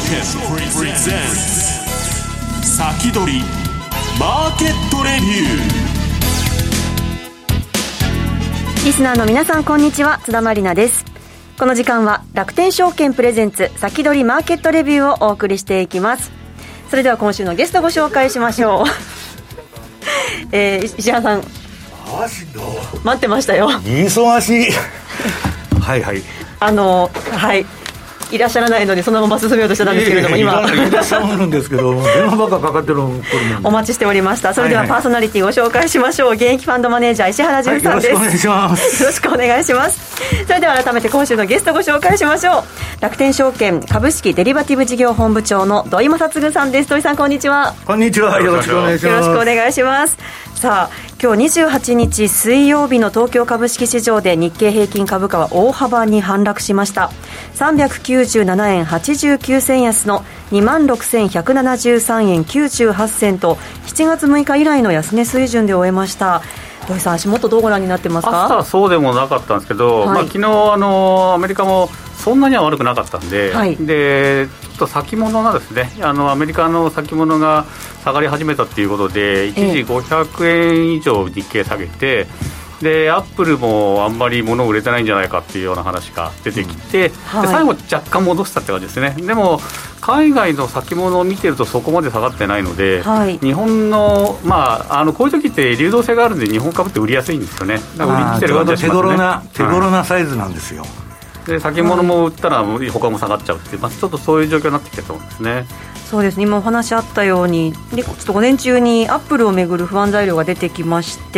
プレゼンツ先取りマーケットレビュー。リスナーの皆さんこんにちは、津田まりなです。この時間は楽天証券プレゼンツ先取りマーケットレビューをお送りしていきます。それでは今週のゲストご紹介しましょう石原さん待ってましたよ。 忙しいはいはいはいいらっしゃらないのでそのまま進めようとしてたんですけれども、今いらっしゃるんですけど電話ばっかかかってるのお待ちしておりました。それではパーソナリティご紹介しましょう。現役ファンドマネージャー石原淳さんです、 よろしくお願いします。 よろしくお願いします。それでは改めて今週のゲストご紹介しましょう。楽天証券株式デリバティブ事業本部長の土井正嗣さんです。土井さんこんにちは。 こんにちは、よろしくお願いします。 よろしくお願いします。さあ今日28日水曜日の東京株式市場で日経平均株価は大幅に反落しました。397円89銭安の 26,173 円98銭と7月6日以来の安値水準で終えました。土井さん足元どうご覧になってますか？ 朝はそうでもなかったんですけど、 はい昨日アメリカもそんなには悪くなかったんで、 はいでちょっと先物がですねアメリカの先物が下がり始めたということで一時500円以上日経下げて、でアップルもあんまり物売れてないんじゃないかっていうような話が出てきて、 はい、 で最後若干戻したって感じですね。でも海外の先物を見てるとそこまで下がってないので、 はい、 日本の、こういう時って流動性があるんで日本株って売りやすいんですよね。だから売りに来てる感じがしますね。 手頃なサイズなんですよ。 で先物も売ったら他も下がっちゃうっていう、ちょっとそういう状況になってきてると思うんですね。 そうですね、今お話あったようにちょっと午前中にアップルをめぐる不安材料が出てきまして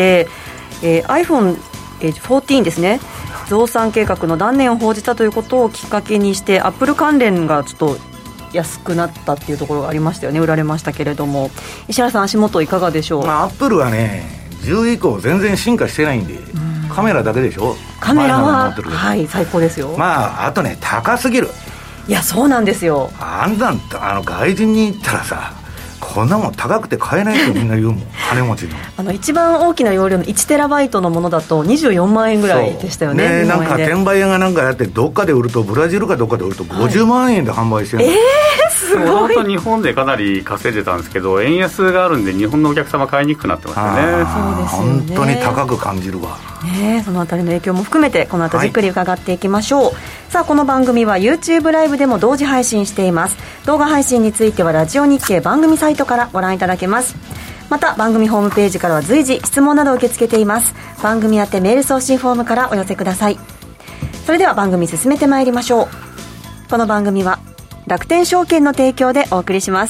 、iPhone14 ですね、増産計画の断念を報じたということをきっかけにしてアップル関連がちょっと安くなったっていうところがありましたよね。売られましたけれども、石原さん足元いかがでしょう？ アップルはね10以降全然進化してないんで、カメラだけでしょ。 カメラは、はい、最高ですよ。 あとね高すぎる。 いやそうなんですよ。 外人に行ったらさ、こんなもん高くて買えないってみんな言うもん金持ちの一番大きな容量の1テラバイトのものだと24万円ぐらいでしたよね。 なんか転売屋がなんかやってどっかで売るとブラジルかどっかで売ると50万円で販売してる、 すごい。 日本でかなり稼いでたんですけど円安があるんで日本のお客様買いにくくなってますよね。 そうですよね、 本当に高く感じるわ、 そのあたりの影響も含めてこの後じっくり伺っていきましょう。さあこの番組は YouTube ライブでも同時配信しています。動画配信についてはラジオ日経番組サイトからご覧いただけます。また番組ホームページからは随時質問などを受け付けています。番組宛てメール送信フォームからお寄せください。それでは番組進めてまいりましょう。この番組は楽天証券の提供でお送りします。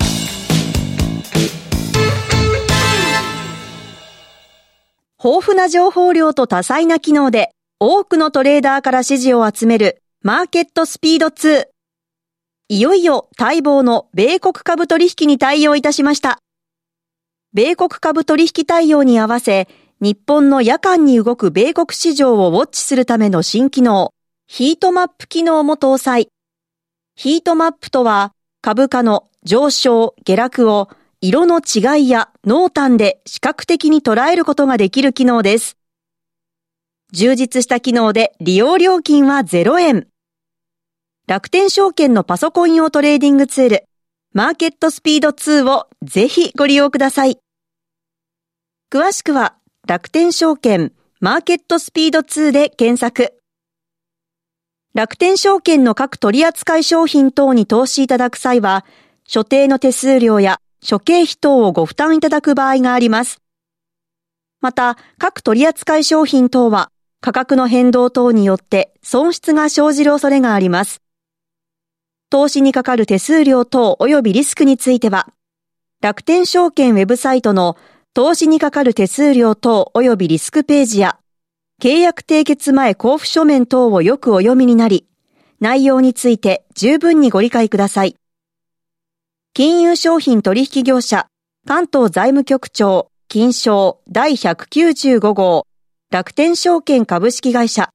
豊富な情報量と多彩な機能で多くのトレーダーから支持を集めるマーケットスピード2。いよいよ待望の米国株取引に対応いたしました。米国株取引対応に合わせ、日本の夜間に動く米国市場をウォッチするための新機能、ヒートマップ機能も搭載。ヒートマップとは、株価の上昇・下落を色の違いや濃淡で視覚的に捉えることができる機能です。充実した機能で利用料金は0円。楽天証券のパソコン用トレーディングツール、マーケットスピード2をぜひご利用ください。詳しくは楽天証券マーケットスピード2で検索。楽天証券の各取扱商品等に投資いただく際は、所定の手数料や諸経費等をご負担いただく場合があります。また、各取扱商品等は価格の変動等によって損失が生じる恐れがあります。投資にかかる手数料等及びリスクについては、楽天証券ウェブサイトの投資にかかる手数料等及びリスクページや、契約締結前交付書面等をよくお読みになり、内容について十分にご理解ください。金融商品取引業者、関東財務局長、金商第195号、楽天証券株式会社。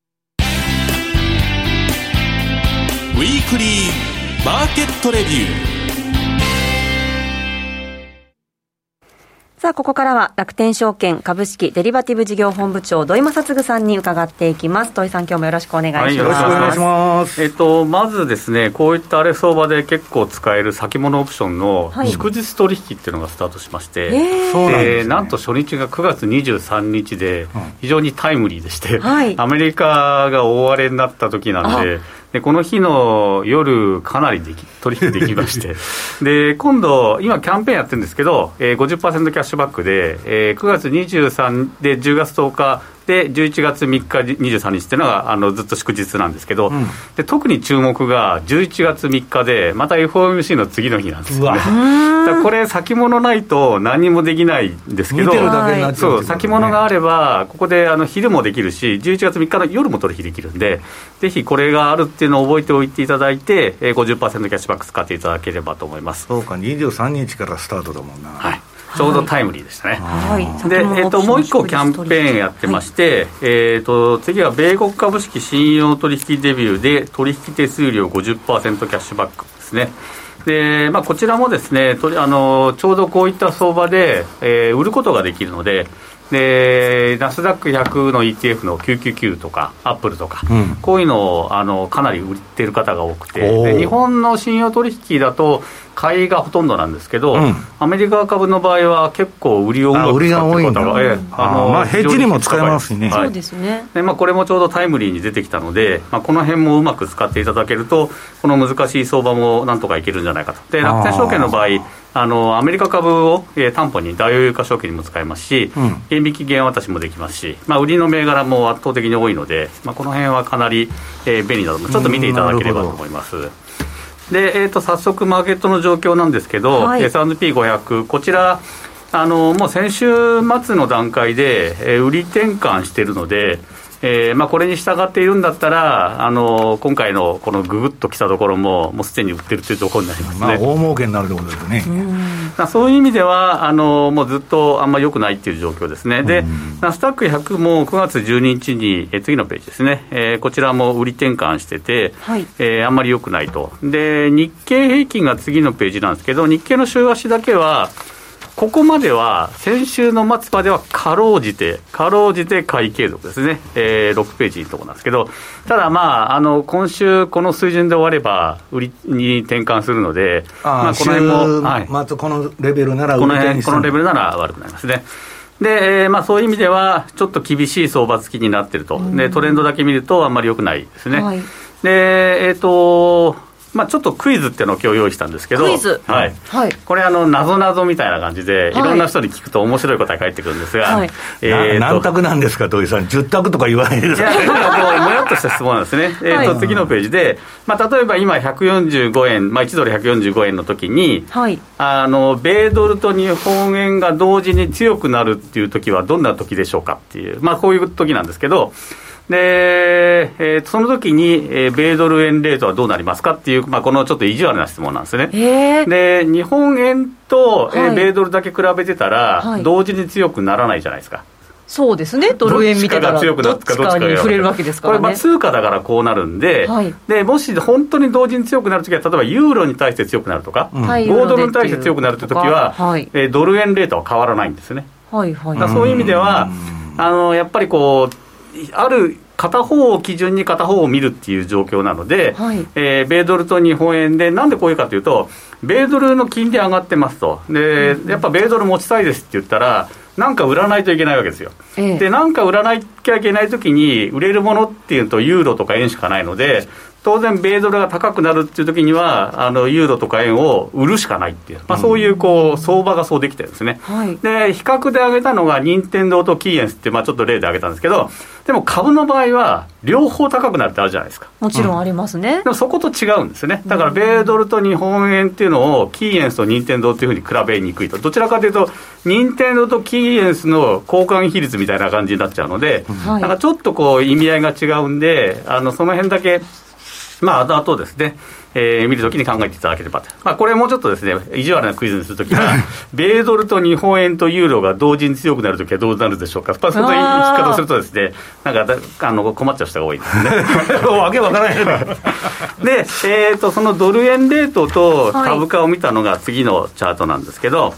ウィークリーマーケットレビュー。 ささあここからは楽天証券株式デリバティブ事業本部長土井正嗣さんに伺っていきます。土井さん、今日もよろしくお願いします。はい、よろしくお願いします。 まずですね、こういった荒れ相場で結構使える先物オプションの祝日取引っていうのがスタートしまして、なんと初日が9月23日で非常にタイムリーでして、アメリカが大荒れになった時なんで、この日の夜かなり取引できましてで今度今キャンペーンやってるんですけど、50% キャッシュバックで、9月23で10月10日で11月3日23日っていうのがずっと祝日なんですけど、で特に注目が11月3日でまた FOMC の次の日なんですよね。だからこれ先物ないと何もできないんですけど、そう先物があればここで昼もできるし11月3日の夜も取引できるんで、ぜひこれがあるっていうのを覚えておいていただいて、50% キャッシュバック使っていただければと思います。 そうか、23日からスタートだもんな。 はい、ちょうどタイムリーでしたね。で、もう一個キャンペーンやってまして、次は米国株式信用取引デビューで取引手数料 50% キャッシュバックですね。で、こちらもですね、ちょうどこういった相場で、売ることができるので、でナスダック100の ETF の999とかアップルとか、こういうのをかなり売ってる方が多くて、で日本の信用取引だと買いがほとんでなんですけど、アメリカ株の場合は結構売りをうまく使ってる方がヘッジにも使えますしね。 そうですね。 で、これもちょうどタイムリーに出てきたので、この辺もうまく使っていただけるとこの難しい相場もなんとかいけるんじゃないかと。で楽天証券の場合アメリカ株を、担保に大洋有価証券にも使えますし、減引き減渡しもできますし、売りの銘柄も圧倒的に多いので、この辺はかなり、便利だと思う。ちょっと見ていただければと思います。で、早速マーケットの状況なんですけど、S&P500 こちらもう先週末の段階で、売り転換しているので、これに従っているんだったら今回のこのググッときたところもうすでに売ってるというところになりますね。 大儲けになるところですね。 そういう意味ではもうずっとあんまり良くないっていう状況ですね。でナスダック100も9月12日に次のページですね、こちらも売り転換してて、あんまり良くないと。で日経平均が次のページなんですけど、日経の週足だけはここまでは先週の末まではかろうじて買い継続ですね、6ページのところなんですけど、ただ今週この水準で終われば売りに転換するので、 この辺も、このレベルなら売り転にする、 このレベルなら悪くなりますね。で、そういう意味ではちょっと厳しい相場付きになっていると。でトレンドだけ見るとあんまり良くないですね。でちょっとクイズっていうのを今日用意したんですけど、 クイズ、 これ謎みたいな感じで、いろんな人に聞くと面白い答え返ってくるんですが、 何択なんですか土井さん、10択とか言わないですか。 いやもやっとした質問なんですね。次のページで、例えば今145円、1ドル145円の時に、米ドルと日本円が同時に強くなるっていう時はどんな時でしょうかっていう、こういう時なんですけど、でその時に、米ドル円レートはどうなりますかっていう、このちょっと意地悪な質問なんですね。で日本円と、米ドルだけ比べてたら、同時に強くならないじゃないですか。 そうですね。ドル円見てたらどっちかに触れるわけですからね。 これ通貨だからこうなるんで、でもし本当に同時に強くなるときは、例えばユーロに対して強くなるとか、5ドルに対して強くなるというときは、ドル円レートは変わらないんですね。そういう意味ではやっぱりこうある片方を基準に片方を見るっていう状況なので、米ドルと日本円でなんでこういうかというと、米ドルの金利上がってますと。でやっぱ米ドル持ちたいですって言ったら、なんか売らないといけないわけですよ。でなんか売らなきゃいけないときに売れるものっていうとユーロとか円しかないので、当然米ドルが高くなるっていう時にはユーロとか円を売るしかないっていう、そういう相場がそうできてるんですね。で比較で挙げたのが任天堂とキーエンスってちょっと例で挙げたんですけど、でも株の場合は両方高くなるってあるじゃないですか。 もちろんありますね。 でもそこと違うんですね。だから米ドルと日本円っていうのをキーエンスと任天堂っていうふうに比べにくいと。どちらかというと任天堂とキーエンスの交換比率みたいな感じになっちゃうので、なんかちょっと意味合いが違うんで、その辺だけあとですね、見るときに考えていただければと。これもうちょっとですね、意地悪なクイズにするときは米ドルと日本円とユーロが同時に強くなるときはどうなるでしょうか。その言い方をするとですね、なんか困っちゃう人が多いんですね。 わけわからないで、そのドル円レートと株価を見たのが次のチャートなんですけど、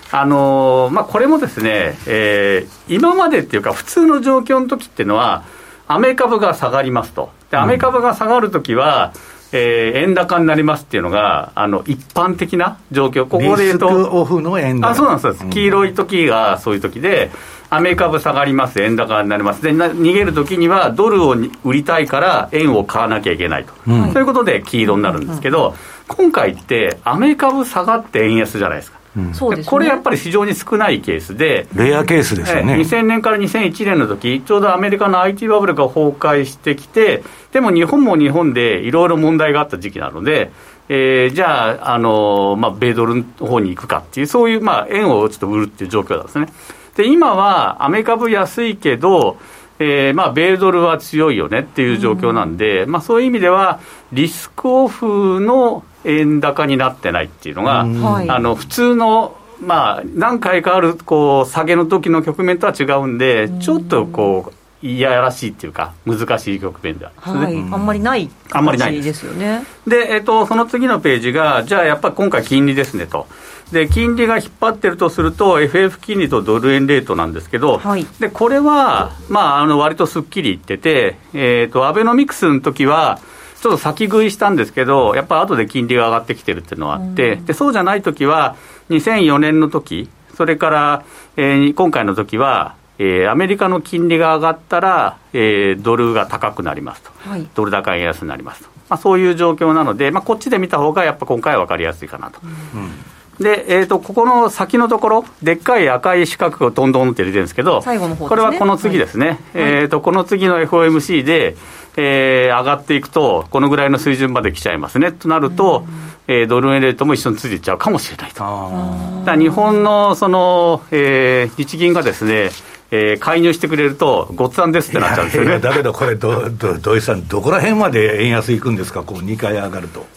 これもですね、今までっていうか普通の状況の時っていうのはアメ株が下がりますと。でアメ株が下がるときは、円高になりますっていうのが一般的な状況。ここで言うとリスクオフの円高。 そうなんです、黄色い時がそういう時で、アメ株下がります、円高になります。で逃げる時にはドルを売りたいから円を買わなきゃいけないと、ということで黄色になるんですけど、今回ってアメ株下がって円安じゃないですか。 そうですね、 これやっぱり非常に少ないケースで、 レアケースですよね。 2000年から2001年の時、ちょうどアメリカの IT バブルが崩壊してきて、でも日本も日本でいろいろ問題があった時期なので、じゃあ、米ドルの方に行くかっていう、そういう、円をちょっと売るっていう状況なんですね。で今はアメ株安いけど、米ドルは強いよねっていう状況なんで、そういう意味ではリスクオフの円高になってないっていうのが、普通の、何回かある下げの時の局面とは違うんで、ちょっといやらしいっていうか難しい局面であるんですね。 あんまりない形ですよね。 で、その次のページが、じゃあやっぱり今回金利ですねと。で金利が引っ張ってるとすると FF 金利とドル円レートなんですけど、でこれは、割とすっきりいってて、アベノミクスの時はちょっと先食いしたんですけど、やっぱり後で金利が上がってきてるっていうのはあって、でそうじゃない時は2004年の時、それから、今回の時は、アメリカの金利が上がったら、ドルが高くなりますと、ドル高円安になりますと、そういう状況なので、こっちで見た方がやっぱ今回は分かりやすいかなと。で、ここの先のところ、でっかい赤い四角がどんどんって出てるんですけど、 最後の方ですね、 これはこの次ですね、この次の FOMC で、上がっていくとこのぐらいの水準まで来ちゃいますねとなると、ドル円レートも一緒についていっちゃうかもしれないと。だから日本の日銀がですね、介入してくれるとごっつぁんですってなっちゃうんですよね。 だけどこれ土井さん、どこら辺まで円安いくんですか、2回上がると。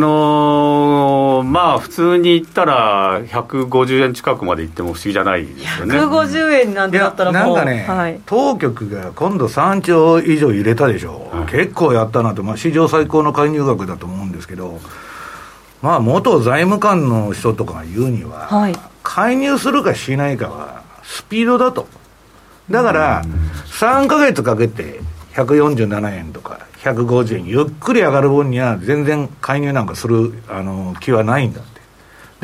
普通に言ったら150円近くまで行っても不思議じゃないですよね。 150円なんてだったらもうなんかね、当局が今度3兆以上入れたでしょ、結構やったなと、史上最高の介入額だと思うんですけど、元財務官の人とかが言うには、介入するかしないかはスピードだと。だから3ヶ月かけて147円とか150円ゆっくり上がる分には全然介入なんかする気はないんだって。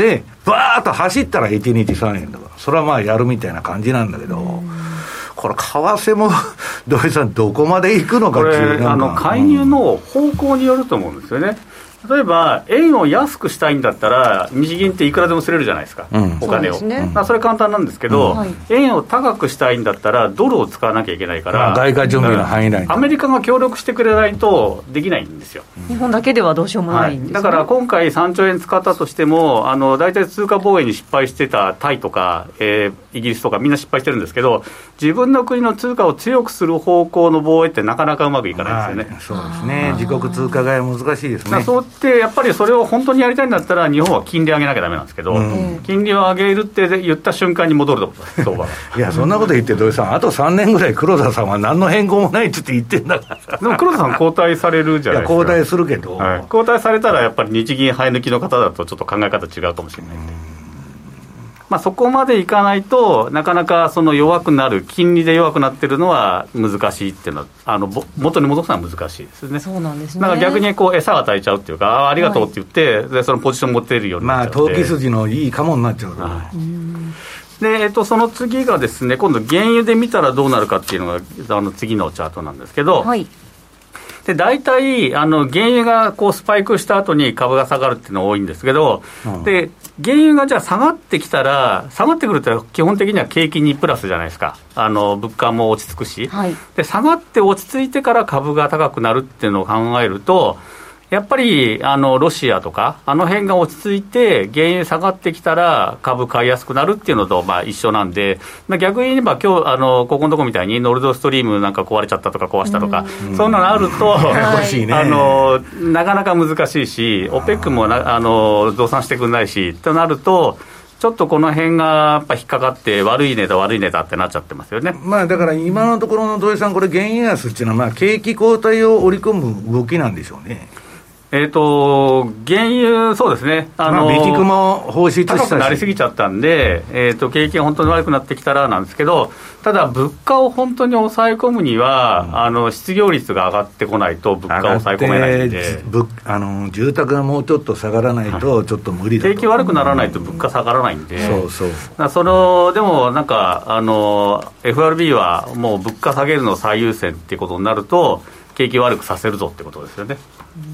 でバーッと走ったら1日3円とか、それはやるみたいな感じなんだけど、これ為替も土井さんどこまで行くのかっていう、 これ介入の方向によると思うんですよね。例えば円を安くしたいんだったら日銀っていくらでもすれるじゃないですか、お金を。 それ簡単なんですけど、円を高くしたいんだったらドルを使わなきゃいけないから、 外貨準備の範囲内、 アメリカが協力してくれないとできないんですよ。 日本だけではどうしようもないんですね。 だから今回3兆円使ったとしても、大体通貨防衛に失敗してたタイとか、イギリスとかみんな失敗してるんですけど、自分の国の通貨を強くする方向の防衛ってなかなかうまくいかないですよね。 そうですね、自国通貨買いは難しいですね。 そうってやっぱりそれを本当にやりたいんだったら日本は金利上げなきゃダメなんですけど、金利を上げるって言った瞬間に戻ると相場がいやそんなこと言って土井さん、あと3年ぐらい黒田さんは何の変更もないって言ってんだからでも黒田さん交代されるじゃないですか。 交代するけど、 交代されたらやっぱり日銀生え抜きの方だとちょっと考え方違うかもしれないんで、そこまでいかないとなかなか弱くなる、金利で弱くなってるのは難しいっていうのは元に戻すのは難しいですね。 そうなんですね。 だから逆に餌を与えちゃうっていうか、ありがとうって言って、でそのポジション持っているようになっちゃうので、 投機筋のいいかもになっちゃうから、 でその次がですね、今度原油で見たらどうなるかっていうのが次のチャートなんですけど、で大体原油がスパイクした後に株が下がるっていうのが多いんですけど、で原油がじゃあ下がってきたら、下がってくると基本的には景気にプラスじゃないですか。物価も落ち着くし、で下がって落ち着いてから株が高くなるっていうのを考えると、やっぱりロシアとか辺が落ち着いて原油下がってきたら株買いやすくなるっていうのと一緒なんで、逆に言えば今日ここのとこみたいにノルドストリームなんか壊れちゃったとか壊したとか、そんなのあるとなかなか難しいし、OPEC も増産してくれないしとなると、ちょっとこの辺がやっぱ引っかかって悪いネタってなっちゃってますよね。 だから今のところの土井さん、これ原油安っていうのは景気後退を織り込む動きなんでしょうね。 原油、そうですね、 備蓄も放出したし高くなりすぎちゃったんで、景気が本当に悪くなってきたらなんですけど、ただ、物価を本当に抑え込むには、失業率が上がってこないと、物価を抑え込めないんで、 住宅がもうちょっと下がらないと、ちょっと無理だと、 景気悪くならないと物価下がらないんで、 そうでもなんか、FRB はもう物価下げるの最優先っていうことになると、景気悪くさせるぞってことですよね。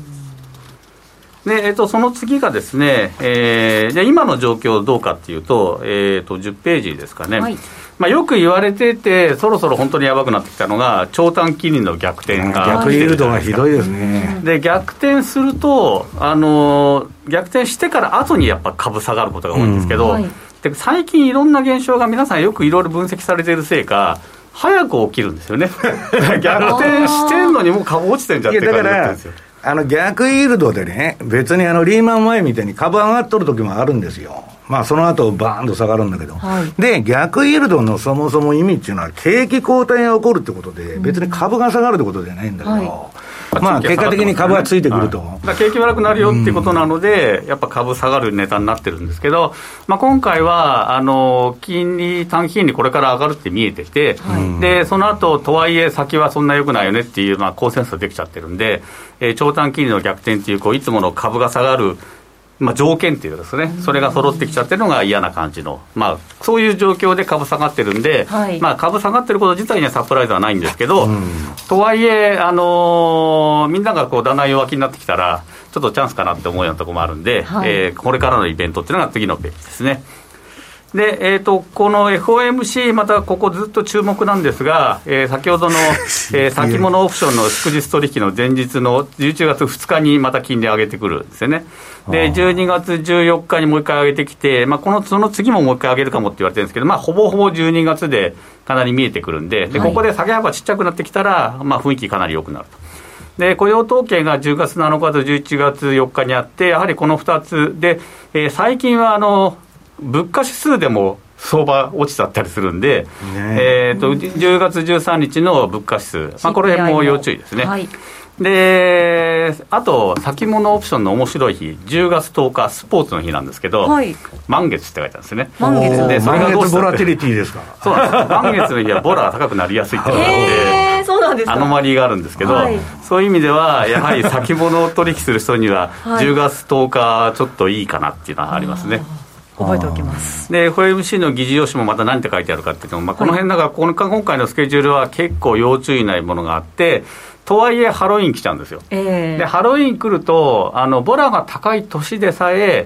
でその次がですね、じゃあ今の状況どうかっていうと、10ページですかね、よく言われてて、そろそろ本当にやばくなってきたのが、長短金利の逆転が、 逆イールドがひどいですね。 で逆転すると、逆転してから後にやっぱ株下がることが多いんですけど、で最近いろんな現象が皆さんよくいろいろ分析されているせいか、早く起きるんですよね。逆転してんのにもう株落ちてんじゃんって感じなんですよ。 逆イールドでね、別にリーマン前みたいに株上がっとる時もあるんですよ。その後バーンと下がるんだけど、で逆イールドのそもそも意味っていうのは景気後退が起こるってことで、別に株が下がるってことじゃないんだけど、結果的に株がついてくると、 だ景気悪くなるよっていうことなので、やっぱ株下がるネタになってるんですけど、今回は短期金利これから上がるって見えてきて、でその後とはいえ先はそんな良くないよねっていう、コンセンサスできちゃってるんで、長短金利の逆転っていういつもの株が下がる条件っていうですね、それが揃ってきちゃってるのが嫌な感じの、そういう状況で株下がってるんで、株下がってること自体にはサプライズはないんですけど、とはいえ、みんながだんだん弱気になってきたら、ちょっとチャンスかなって思うようなところもあるんで、これからのイベントっていうのが次のページですね。でこの FOMC、またここずっと注目なんですが、先ほどの、先物オプションの祝日取引の前日の11月2日にまた金利上げてくるんですよね。で12月14日にもう一回上げてきて、その次ももう一回上げるかもって言われてるんですけど、ほぼほぼ12月でかなり見えてくるんで、ここで下げ幅ちっちゃくなってきたら、雰囲気かなり良くなると。で雇用統計が10月7日と11月4日にあって、やはりこの2つで、最近は物価指数でも相場落ちちゃったりするんで、10月13日の物価指数、これも要注意ですね。であと先物オプションの面白い日、10月10日スポーツの日なんですけど、満月って書いてあるんですね。 満月で、それがどうしたボラティリティですか。 そうなんです。満月の日はボラが高くなりやすいってことで、 そうなんですか。 アノマリーがあるんですけど、そういう意味ではやはり先物を取引する人には10月10日ちょっといいかなっていうのはありますね。 覚えておきます。 で FOMC の議事要旨もまた何て書いてあるかっていうのも、この辺だから今回のスケジュールは結構要注意なものがあって、とはいえハロウィン来ちゃうんですよ。でハロウィン来るとボラが高い年でさえ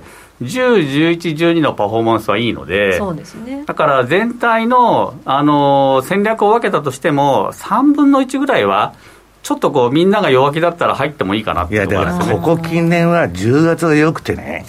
10、11、12のパフォーマンスはいいので、 そうですね。 だから全体の、戦略を分けたとしても3分の1ぐらいはちょっとみんなが弱気だったら入ってもいいかなっていうところですよね。 ここ近年は10月が良くてね、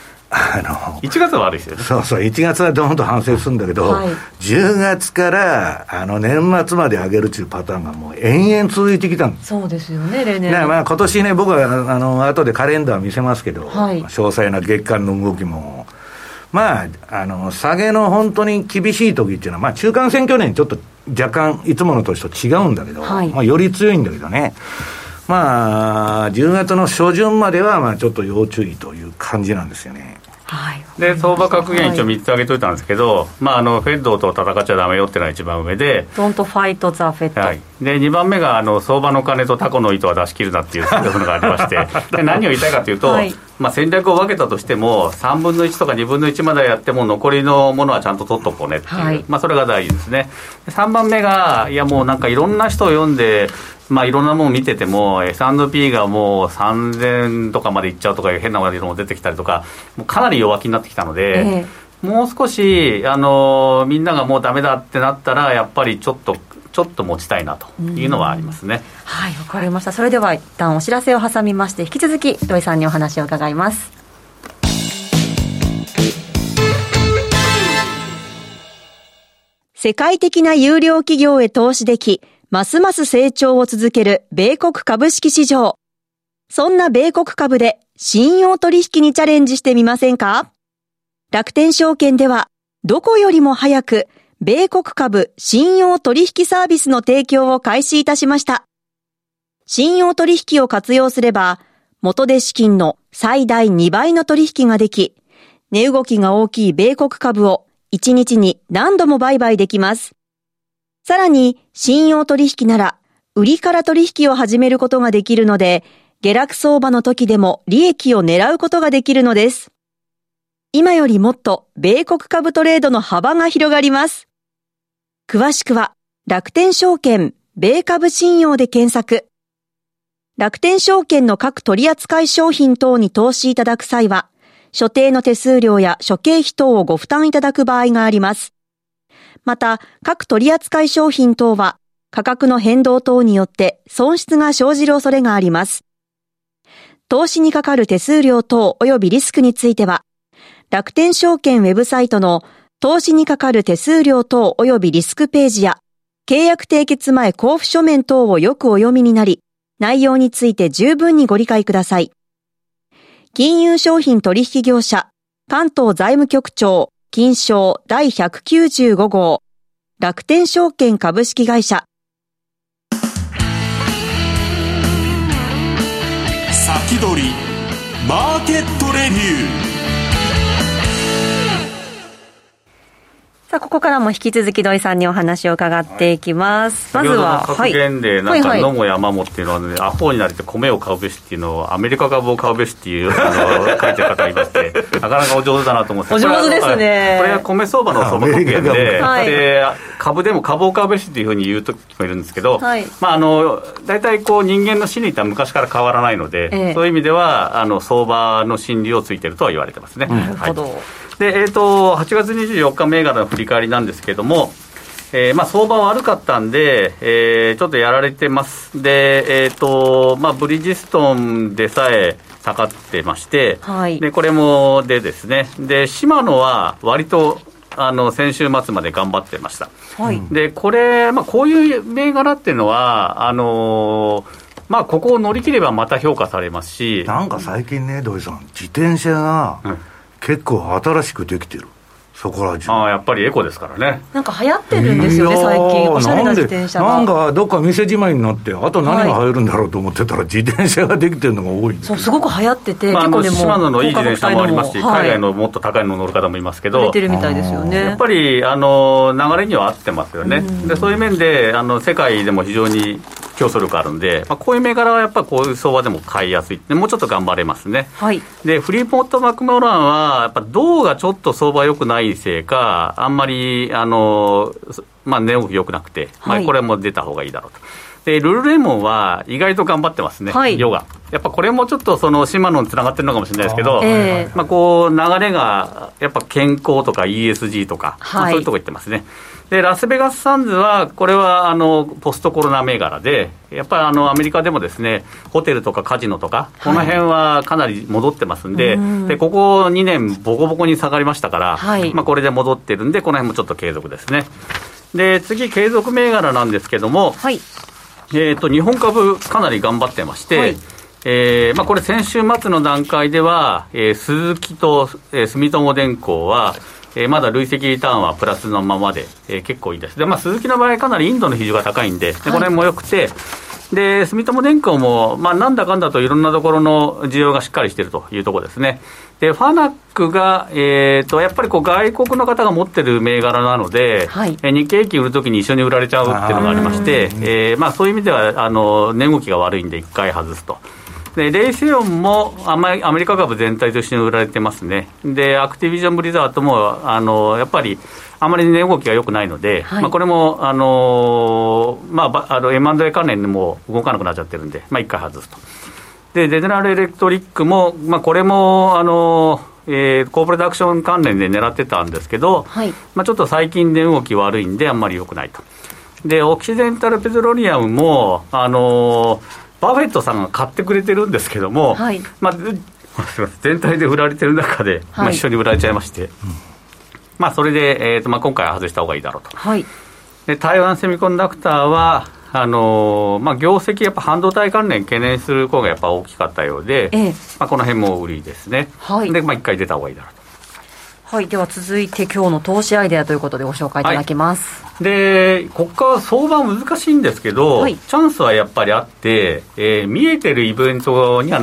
1月は悪いですよね。 そう1月はどんと反省するんだけど、10月から年末まで上げるっていうパターンがもう延々続いてきたんです。 そうですよね、例年。 今年ね、僕は後でカレンダー見せますけど、詳細な月間の動きも下げの本当に厳しい時っていうのは、中間選挙年ちょっと若干いつもの年と違うんだけど、より強いんだけどね、10月の初旬まではちょっと要注意という感じなんですよね。 で相場格言一応3つ挙げといたんですけど、フェッドと戦っちゃダメよっていうのが一番上で、 Don't fight the Fed、 で2番目が相場の金とタコの糸は出し切るなっていうのがありましてで何を言いたいかというと、戦略を分けたとしても3分の1とか2分の1までやっても残りのものはちゃんと取っとこうねっていう、それが大事ですね。3番目がもうなんかいろんな人を読んでいろんなものを見てても S&P がもう3000とかまでいっちゃうとかいう変なものも出てきたりとか、もうかなり弱気になってきたので、もう少しみんながもうダメだってなったらやっぱりちょっと持ちたいなというのはありますね。 わかりました。それでは一旦お知らせを挟みまして、引き続き土井さんにお話を伺います。 世界的な優良企業へ投資でき、ますます成長を続ける米国株式市場。そんな米国株で信用取引にチャレンジしてみませんか？楽天証券ではどこよりも早く米国株信用取引サービスの提供を開始いたしました。信用取引を活用すれば、 元手資金の最大2倍の取引ができ、値動きが大きい米国株を1日に何度も売買できます。さらに、信用取引なら、売りから取引を始めることができるので、下落相場の時でも利益を狙うことができるのです。今よりもっと米国株トレードの幅が広がります。詳しくは、楽天証券米株信用で検索。楽天証券の各取扱商品等に投資いただく際は、所定の手数料や諸経費等をご負担いただく場合があります。また、各取扱商品等は、価格の変動等によって損失が生じる恐れがあります。投資にかかる手数料等及びリスクについては、楽天証券ウェブサイトの投資にかかる手数料等及びリスクページや、契約締結前交付書面等をよくお読みになり、内容について十分にご理解ください。金融商品取引業者、関東財務局長、金商第195号、楽天証券株式会社。 先取りマーケットレビュー。 さあ、ここからも引き続き土井さんにお話を伺っていきます。まずは格言でなんか野も山もっていうのは、ね、アホになれて米を買うべしっていうのをアメリカ株を買うべしっていう書いてる方がいましてなかなかお上手だなと思ってお上手ですね。 これは米相場の相場格言で、で株でも株を買うべしっていうふうに言う時もいるんですけど、はい、大体こう人間の心理って昔から変わらないので、そういう意味では相場の心理をついてるとは言われてますね。 なるほど。 で8月24日銘柄の振り返りなんですけども、相場悪かったんで、ちょっとやられてます。で、ブリヂストンでさえ下がってまして、はい、でこれもでですね、でシマノは割と先週末まで頑張ってました。はい、でこれ、こういう銘柄っていうのはここを乗り切ればまた評価されますし、 なんか最近ね、土井さん、自転車が、結構新しくできてる。そこら中。 やっぱりエコですからね。 なんか流行ってるんですよね、最近。おしゃれな自転車が。 なんかどっか店じまいになって、あと何が入るんだろうと思ってたら、自転車ができてるのが多いんですよ。 そう、すごく流行ってて、結構でもシマノのいい自転車もありますし、海外のもっと高いの乗る方もいますけど、 売れてるみたいですよね。 やっぱり流れには合ってますよね。でそういう面で世界でも非常に競争力あるんで、こういう銘柄はやっぱりこういう相場でも買いやすい。でもうちょっと頑張れますね。はい、でフリーポットマクモランはやっぱ銅がちょっと相場良くないせいか、あんまり値動き良くなくて、これも出た方がいいだろうと。でルルレモンは意外と頑張ってますね。ヨガやっぱこれもちょっとシマノにつながってるのかもしれないですけど、こう流れがやっぱ健康とか ESG とか、そういうとこ行ってますね。でラスベガスサンズはこれはポストコロナ銘柄で、やっぱりアメリカでもですね、ホテルとかカジノとか、この辺はかなり戻ってますんで、でここ2年ボコボコに下がりましたから、これで戻ってるんで、この辺もちょっと継続ですね。で次継続銘柄なんですけども、日本株かなり頑張ってまして、これ先週末の段階では、スズキと、住友電工はまだ累積リターンはプラスのままで、結構いいです。で、スズキの場合かなりインドの比重が高いんで、これも良くて、で住友電工も、なんだかんだといろんなところの需要がしっかりしているというところですね。でファナックが、やっぱりこう外国の方が持ってる銘柄なので、日経平均売るときに一緒に売られちゃうっていうのがありまして、そういう意味では値動きが悪いんで1回外すと。でレイセオンもアメリカ株全体と一緒に売られてますね。でアクティビジョンブリザードもやっぱりあまり値動きが良くないので、これもM&A 関連でも動かなくなっちゃってるんで、1回外すと。でゼネラルエレクトリックも、これもコープレダクション関連で狙ってたんですけど、ちょっと最近値動き悪いんであんまり良くないと。でオキシデンタルペトロリアムもバフェットさんが買ってくれてるんですけども、全体で売られてる中で、一緒に売られちゃいまして、それで、今回は外した方がいいだろうと。で台湾セミコンダクターは業績やっぱ半導体関連懸念する方がやっぱ大きかったようで、この辺も売りですね。で1回出た方がいいだろうと。 では続いて今日の投資アイデアということでご紹介いただきます。 でここから相場難しいんですけど、チャンスはやっぱりあって、見えてるイベントには乗っち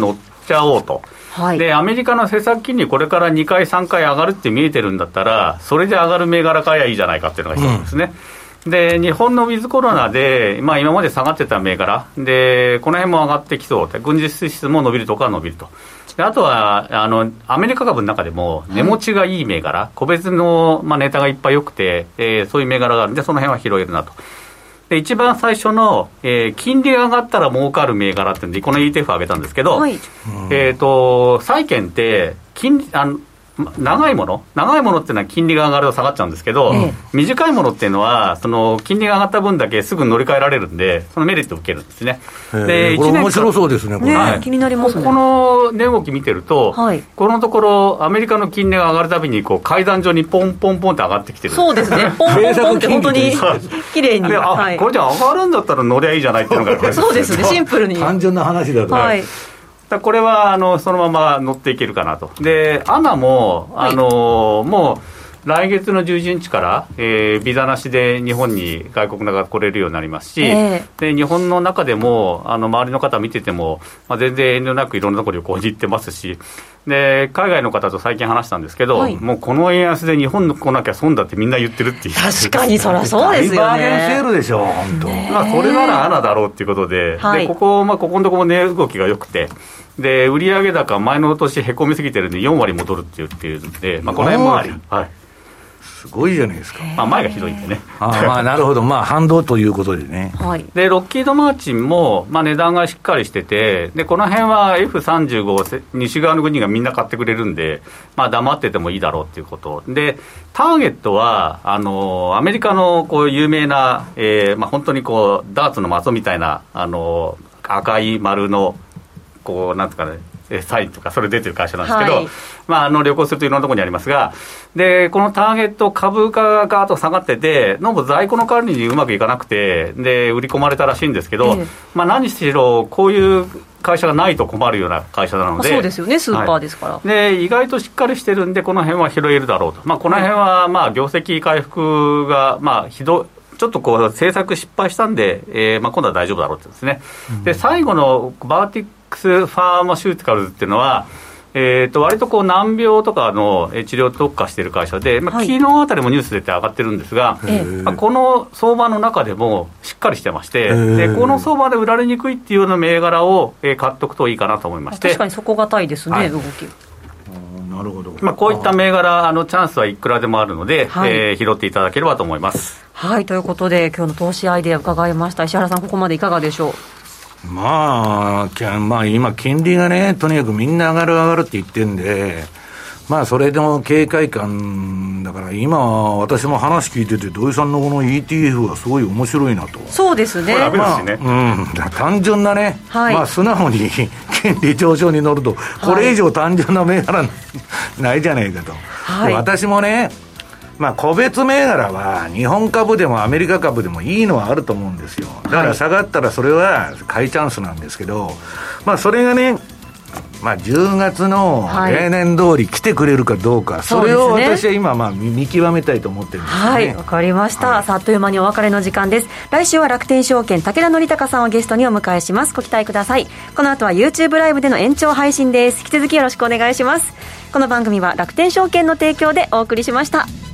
ちゃおうと、はい、でアメリカの政策金利これから2回3回上がるって見えてるんだったらそれで上がる銘柄買えばいいじゃないかっていうのが一つですね、で日本のウィズコロナで、今まで下がってた銘柄でこの辺も上がってきそうで軍事支出も伸びるとか伸びると、であとはアメリカ株の中でも値持ちがいい銘柄、個別の、ネタがいっぱい良くて、そういう銘柄があるんでその辺は拾えるなと。で一番最初の、金利が上がったら儲かる銘柄っていうんでこの ETF を上げたんですけど、はい、債券って金利長いものっていうのは金利が上がると下がっちゃうんですけど、短いものっていうのはその金利が上がった分だけすぐ乗り換えられるんでそのメリットを受けるんですね。 でこれ面白そうですねこれ、 はい、気になりますね。 この値動き見てると、はい、このところアメリカの金利が上がるたびにこう階段状にポンポンポンって上がってきてる。 そうですねポンポンポンって本当に綺麗にで、はい、これじゃ上がるんだったら乗りゃいいじゃないっていうのがあるそうですねシンプルに単純な話だと、 はい、 これはそのまま乗っていけるかなと。でアナも、はい、もう来月の11日から、ビザなしで日本に外国の方が来れるようになりますし、で日本の中でも周りの方見てても、全然遠慮なくいろんなところ旅行に行ってますし、で海外の方と最近話したんですけど、はい、もうこの円安で日本に来なきゃ損だってみんな言ってるっていう。 確かにそりゃそうですよね。 バーゲンセールでしょ本当、 それならアナだろうっていうことで、はい、でここのところ値動きが良くて、で売上高前の年へこみすぎてるんで4割戻るって言ってるんで、この辺も、はい、 すごいじゃないですか。 前がひどいんでね。 なるほど、反動ということでね。 はい、 でロッキードマーチンも、値段がしっかりしてて、でこの辺は F35 西側の国がみんな買ってくれるんで、黙っててもいいだろうっていうことで、ターゲットはアメリカのこう有名な、本当にこうダーツの的みたいな赤い丸のこうなんとかねサインとかそれ出てる会社なんですけど、はい、旅行するといろんなところにありますが、でこのターゲット株価がガーッと下がってて、どうも在庫の管理にうまくいかなくて、で売り込まれたらしいんですけど、何しろこういう会社がないと困るような会社なので、 そうですよね、スーパーですから、 はい、で意外としっかりしてるんでこの辺は拾えるだろうと、この辺は業績回復がちょっとこう政策失敗したんで、今度は大丈夫だろうってですね、で最後のバーティックスファーマシューティカルズっていうのは、割とこう難病とかの治療特化している会社で、昨日あたりもニュース出て上がってるんですが、この相場の中でもしっかりしてまして、でこの相場で売られにくいっていうような銘柄を、買っておくといいかなと思いまして。 確かに底堅いですね、はい、動き。 なるほど。 こういった銘柄チャンスはいくらでもあるので、はい、拾っていただければと思います。 はい、ということで今日の投資アイデア伺いました。石原さん、ここまでいかがでしょう。 今金利がねとにかくみんな上がるって言ってるんで、それでも警戒感だから、今私も話聞いてて土井さんのこの ETF はすごい面白いなと。 そうですね、 単純なね、はい、素直に金利上昇に乗るとこれ以上単純な銘柄ないじゃないかと、はい、私もね個別銘柄は日本株でもアメリカ株でもいいのはあると思うんですよ。だから下がったらそれは買いチャンスなんですけど、それがね、10月の例年通り来てくれるかどうか、はい、それを私は今見極めたいと思ってるんですよね。 はい、わかりました、はい、さああっという間にお別れの時間です。来週は楽天証券武田則孝さんをゲストにお迎えします。ご期待ください。この後は YouTube ライブでの延長配信です。引き続きよろしくお願いします。この番組は楽天証券の提供でお送りしました。